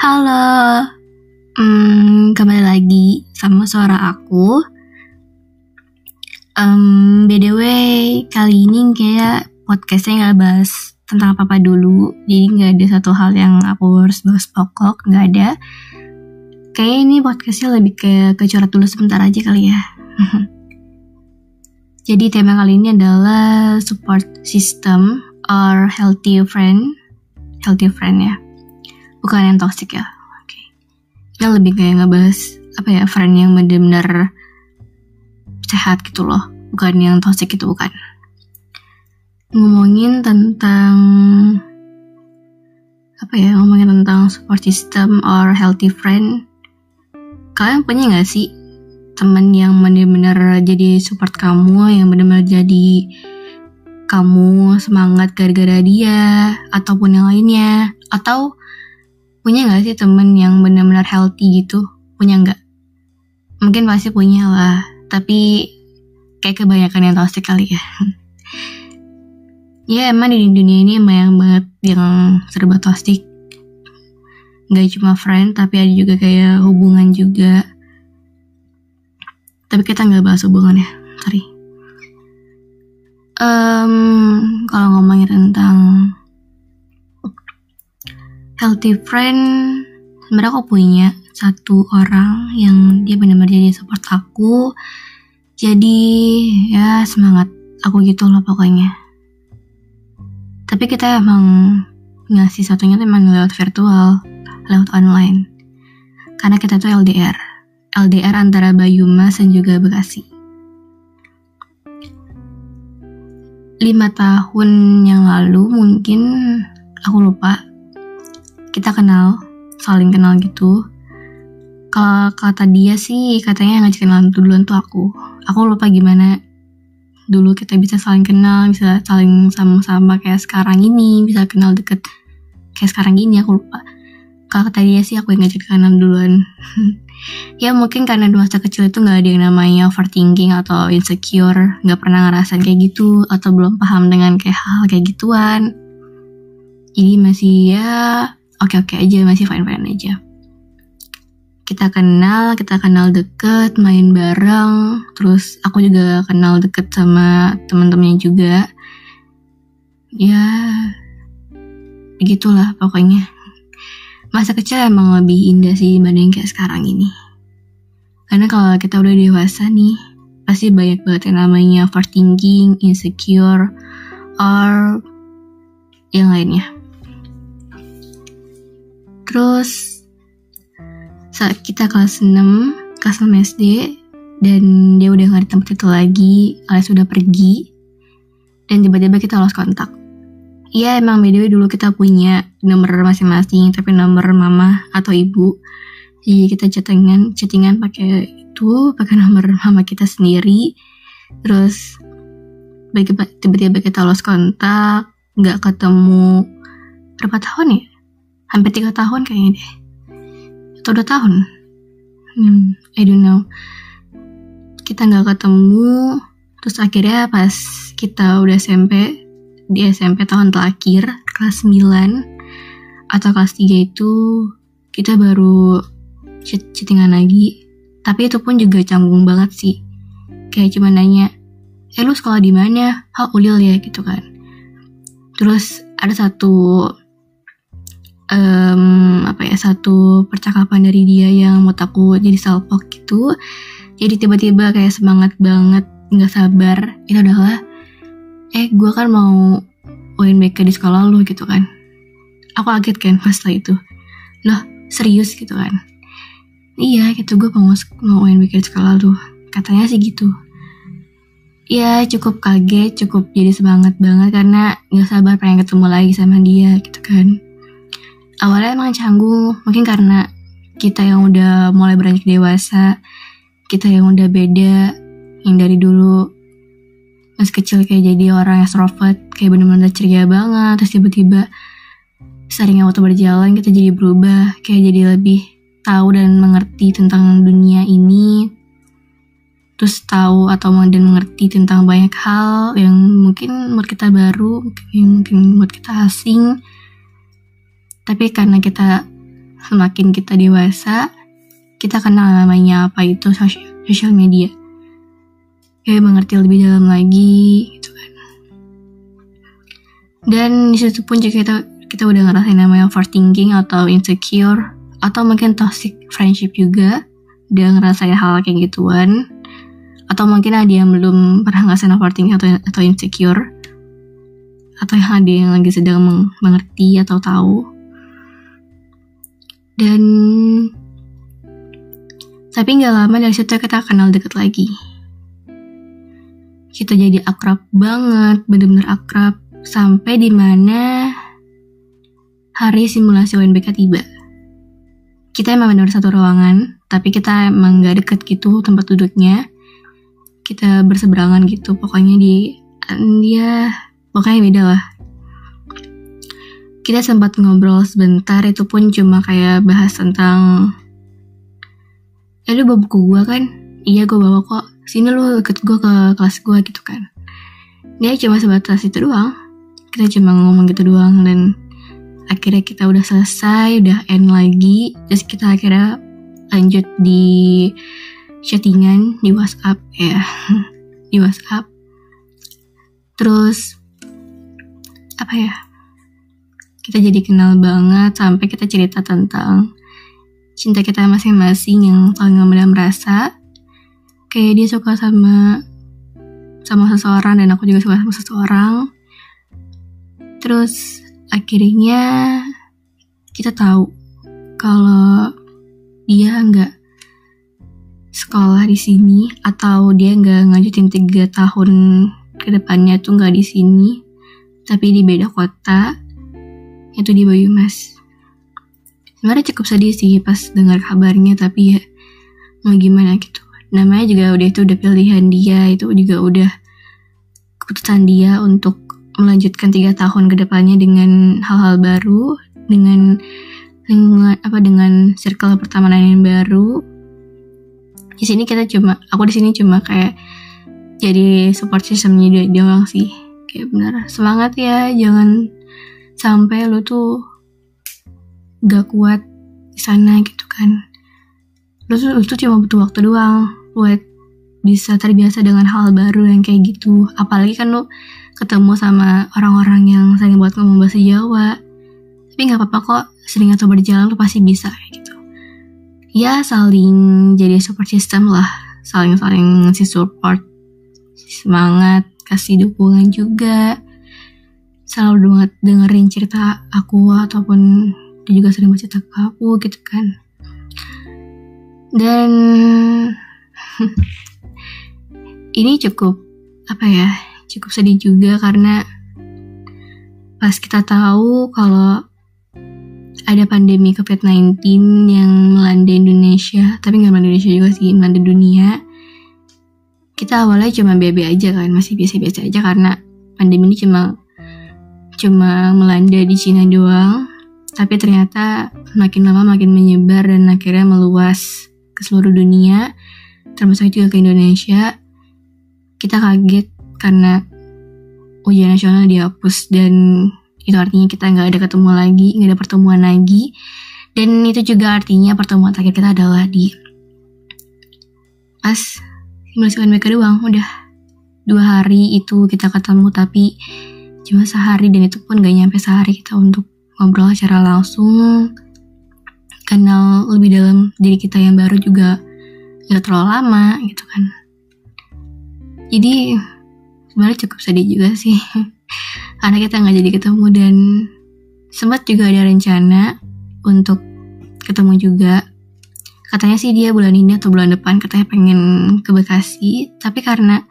Halo, kembali lagi sama suara aku. BTW, kali ini kayak podcastnya gak bahas tentang apa-apa dulu. Jadi gak ada satu hal yang aku harus bahas pokok, gak ada. Kayaknya ini podcastnya lebih ke curhat dulu sebentar aja kali ya. Jadi tema kali ini adalah support system or healthy friend ya. Bukan yang toxic ya. Oke. Kita lebih kayak ngebahas friend yang benar-benar sehat gitu loh. Bukan yang toxic itu, bukan. Ngomongin tentang support system or healthy friend. Kalian punya gak sih teman yang benar-benar jadi support kamu, yang benar-benar jadi kamu semangat gara-gara dia, ataupun yang lainnya? Atau punya gak sih temen yang benar-benar healthy gitu? Punya gak? Mungkin pasti punya lah, tapi kayak kebanyakan yang toxic kali ya. Ya emang di dunia ini emang banget yang serba toxic. Gak cuma friend, tapi ada juga kayak hubungan juga. Tapi kita gak bahas hubungan ya, sorry. Kalau ngomongin tentang healthy friend, sebenarnya aku punya satu orang yang dia benar-benar jadi support aku. Jadi ya semangat aku gitu loh pokoknya. Tapi kita emang ngasih satunya tuh emang lewat virtual, lewat online. Karena kita tuh LDR antara Bayumas dan juga Bekasi. 5 tahun yang lalu mungkin, aku lupa, kita saling kenal gitu. Kalau kata dia sih, katanya ngajakin kenalan duluan tuh aku. Aku lupa gimana dulu kita bisa saling kenal, bisa saling sama-sama kayak sekarang ini, bisa kenal deket kayak sekarang gini, aku lupa. Kalau kata dia sih aku yang ngajak kenalan duluan. Ya mungkin karena di masa kecil itu gak ada yang namanya overthinking atau insecure, gak pernah ngerasain kayak gitu, atau belum paham dengan kayak hal kayak gituan. Jadi masih ya oke-oke aja, masih fine-fine aja. Kita kenal deket, main bareng. Terus aku juga kenal deket sama teman-temannya juga. Ya begitulah pokoknya. Masa kecil emang lebih indah sih dibanding kayak sekarang ini. Karena kalau kita udah dewasa nih, pasti banyak banget yang namanya overthinking, insecure, or yang lainnya. Terus saat kita kelas 6 SD, dan dia udah gak di tempat itu lagi, alias udah pergi, dan tiba-tiba kita lost kontak. Iya emang BTW dulu kita punya nomor masing-masing, tapi nomor mama atau ibu. Jadi kita chattingan pakai nomor mama kita sendiri. Terus tiba-tiba kita lost kontak, nggak ketemu berapa tahun ya? Hampir 3 tahun kayaknya deh. Atau 2 tahun? I don't know. Kita nggak ketemu. Terus akhirnya pas kita udah SMP, di SMP tahun terakhir, kelas 9 atau kelas 3 itu kita baru chattingan lagi. Tapi itu pun juga canggung banget sih. Kayak cuma nanya, lu sekolah di mana? Ulil ya gitu kan. Terus ada satu percakapan dari dia yang buat aku jadi salpok gitu. Jadi tiba-tiba kayak semangat banget, gak sabar. Itu adalah gue kan mau UNBK di sekolah lu gitu kan. Aku kaget kan pas itu. Loh serius gitu kan. Iya gitu, gue mau UNBK di sekolah lu. Katanya sih gitu. Ya cukup kaget, cukup jadi semangat banget. Karena gak sabar pengen ketemu lagi sama dia gitu kan. Awalnya emang canggung. Mungkin karena kita yang udah mulai beranjak dewasa, kita yang udah beda, yang dari dulu masih kecil kayak jadi orang extrovert, kayak bener-bener ceria banget. Terus tiba-tiba seringnya waktu berjalan kita jadi berubah, kayak jadi lebih tahu dan mengerti tentang dunia ini. Terus tahu atau dan mengerti tentang banyak hal yang mungkin menurut kita baru, mungkin menurut kita asing. Tapi karena kita semakin kita dewasa, kita kenal namanya apa itu sosial media. Kayak mengerti lebih dalam lagi gitu kan. Dan disitu pun juga kita udah ngerasain namanya overthinking atau insecure, atau mungkin toxic friendship juga, udah ngerasain hal kayak gituan. Atau mungkin ada yang belum pernah ngerasain overthinking atau insecure, atau yang ada yang lagi sedang mengerti atau tahu. Dan tapi gak lama dari situ kita kenal deket lagi. Kita jadi akrab banget, bener-bener akrab, sampai dimana hari simulasi UNBK tiba. Kita emang bener satu ruangan, tapi kita emang gak deket gitu tempat duduknya. Kita berseberangan gitu, pokoknya pokoknya beda lah. Kita sempat ngobrol sebentar, itu pun cuma kayak bahas tentang, lu bawa buku gue kan? Iya gue bawa kok, sini lu ikut gue ke kelas gue gitu kan. Dia cuma sebatas itu doang, kita cuma ngomong gitu doang. Dan akhirnya kita udah selesai, udah end lagi. Terus kita akhirnya lanjut di chattingan di WhatsApp ya. Di WhatsApp. Terus apa ya, kita jadi kenal banget sampai kita cerita tentang cinta kita masing-masing yang paling memendam rasa. Kayak dia suka sama seseorang dan aku juga suka sama seseorang. Terus akhirnya kita tahu kalau dia nggak sekolah di sini, atau dia nggak ngajutin 3 tahun ke depannya tuh nggak di sini, tapi di beda kota, itu di Banyumas. Sebenarnya cukup sedih sih pas dengar kabarnya, tapi ya mau gimana gitu. Namanya juga udah pilihan dia, itu juga udah keputusan dia untuk melanjutkan 3 tahun ke depannya dengan hal-hal baru, dengan lingkungan dengan circle pertemanan yang baru. Aku di sini cuma kayak jadi support systemnya dia doang sih. Kayak bener, semangat ya, jangan sampai lu tuh gak kuat di sana gitu kan. Lu tuh cuma butuh waktu doang buat bisa terbiasa dengan hal baru yang kayak gitu. Apalagi kan lu ketemu sama orang-orang yang sering buat ngomong bahasa Jawa. Tapi gak apa-apa kok, sering atau berjalan lu pasti bisa kayak gitu. Ya saling jadi support system lah, saling ngasih support, semangat, kasih dukungan juga. Selalu dengerin cerita aku, ataupun dia juga sering bercerita ke aku gitu kan. Dan ini cukup sedih juga, karena pas kita tahu kalau ada pandemi COVID-19 yang melanda Indonesia, tapi nggak melanda Indonesia juga sih, melanda dunia. Kita awalnya cuma BB aja kan, masih biasa-biasa aja, karena pandemi ini cuma melanda di Cina doang. Tapi ternyata makin lama makin menyebar dan akhirnya meluas ke seluruh dunia, termasuk juga ke Indonesia. Kita kaget karena ujian nasional dihapus, dan itu artinya kita nggak ada pertemuan lagi. Dan itu juga artinya pertemuan terakhir kita adalah di pas simulasi UNBK doang. Udah 2 hari itu kita ketemu, tapi cuma sehari, dan itu pun gak nyampe sehari kita untuk ngobrol secara langsung, kenal lebih dalam diri kita yang baru juga gak terlalu lama gitu kan. Jadi sebenarnya cukup sedih juga sih karena kita gak jadi ketemu. Dan sempat juga ada rencana untuk ketemu juga. Katanya sih dia bulan ini atau bulan depan katanya pengen ke Bekasi, tapi karena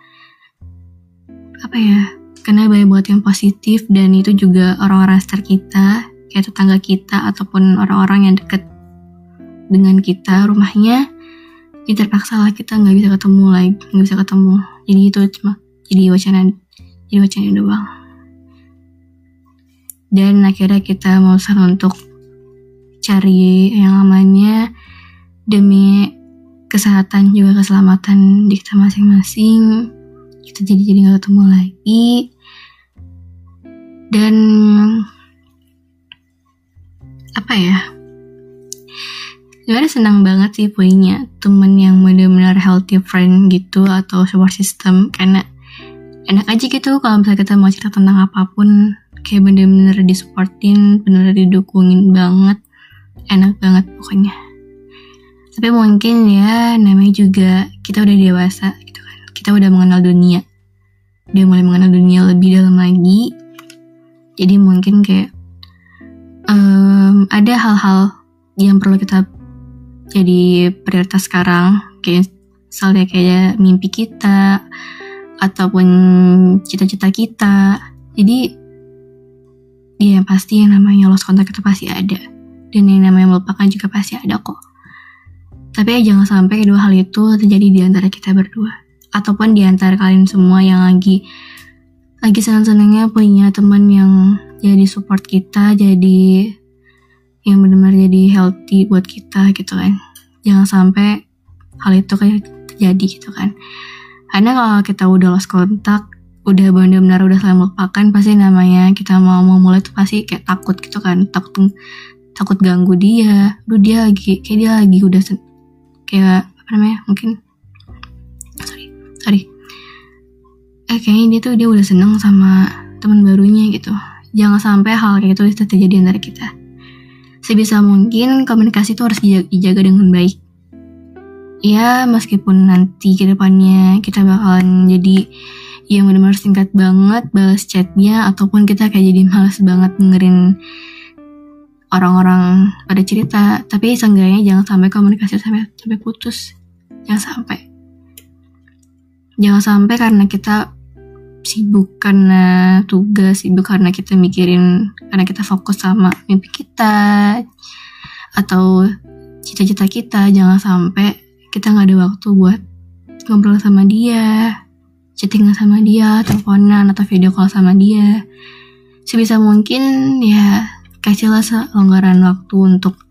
banyak buat yang positif, dan itu juga orang-orang sekitar kita, kayak tetangga kita ataupun orang-orang yang deket dengan kita rumahnya, jadi terpaksa lah kita nggak bisa ketemu. Jadi itu cuma jadi wacana doang. Dan akhirnya kita memutuskan untuk cari yang namanya demi kesehatan juga keselamatan di kita masing-masing. Kita jadi nggak ketemu lagi. Dan sebenarnya senang banget sih punya temen yang benar-benar healthy friend gitu atau support system, karena enak aja gitu kalau misalnya kita mau cerita tentang apapun kayak bener-bener disupportin, bener-bener didukungin banget, enak banget pokoknya. Tapi mungkin ya namanya juga kita udah dewasa gitu kan, kita udah mengenal dunia, udah mulai mengenal dunia lebih dalam lagi. Jadi mungkin kayak ada hal-hal yang perlu kita jadi prioritas sekarang, kayak misalnya kayak mimpi kita ataupun cita-cita kita. Jadi ya pasti yang namanya lost contact itu pasti ada, dan yang namanya melupakan juga pasti ada kok. Tapi ya jangan sampai dua hal itu terjadi di antara kita berdua, ataupun di antara kalian semua yang lagi senang-senangnya punya teman yang jadi support kita, jadi yang benar-benar jadi healthy buat kita gitu kan. Jangan sampai hal itu kayak terjadi gitu kan. Karena kalau kita udah lost contact, udah benar-benar udah saling melupakan, pasti namanya kita mau mulai tuh pasti kayak takut gitu kan, takut ganggu dia. Dia lagi udah kayak apa namanya, mungkin sorry kayaknya dia udah seneng sama teman barunya gitu. Jangan sampai hal kayak gitu terjadi antara kita. Sebisa mungkin komunikasi itu harus dijaga dengan baik. Ya meskipun nanti ke depannya kita bakalan jadi yang benar-benar singkat banget balas chatnya, ataupun kita kayak jadi malas banget dengerin orang-orang pada cerita, tapi seenggaknya jangan sampai komunikasi sampai putus. Jangan sampai karena kita sibuk karena tugas, sibuk karena kita mikirin, karena kita fokus sama mimpi kita atau cita-cita kita. Jangan sampai kita gak ada waktu buat ngobrol sama dia, chattingan sama dia, teleponan atau video call sama dia. Sebisa mungkin ya kasihlah selonggaran waktu untuk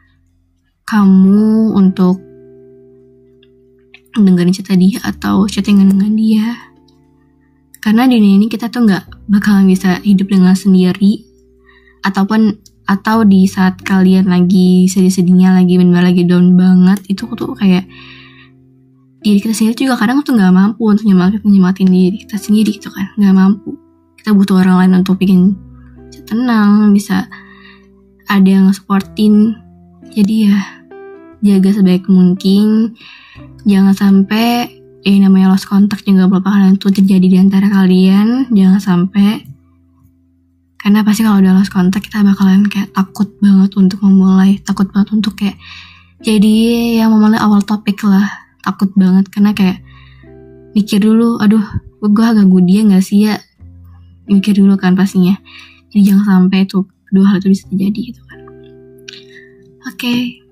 kamu untuk dengerin cerita dia atau chattingan dengan dia. Karena di dunia ini kita tuh gak bakalan bisa hidup dengan sendiri, atau di saat kalian lagi sedih-sedihnya, lagi benar lagi down banget, itu tuh kayak diri kita sendiri juga kadang tuh gak mampu untuk nyemangatin diri kita sendiri gitu kan, gak mampu. Kita butuh orang lain untuk bikin tenang, bisa ada yang supportin. Jadi ya jaga sebaik mungkin, jangan sampai namanya lost contact juga melupakan itu terjadi di antara kalian. Jangan sampai, karena pasti kalau udah lost contact kita bakalan kayak takut banget untuk memulai, takut banget untuk kayak jadi yang memulai awal topik lah, takut banget karena kayak mikir dulu, aduh gue ganggu dia gak sih ya, mikir dulu kan pastinya. Jadi jangan sampai tuh dua hal itu bisa terjadi gitu kan. Oke.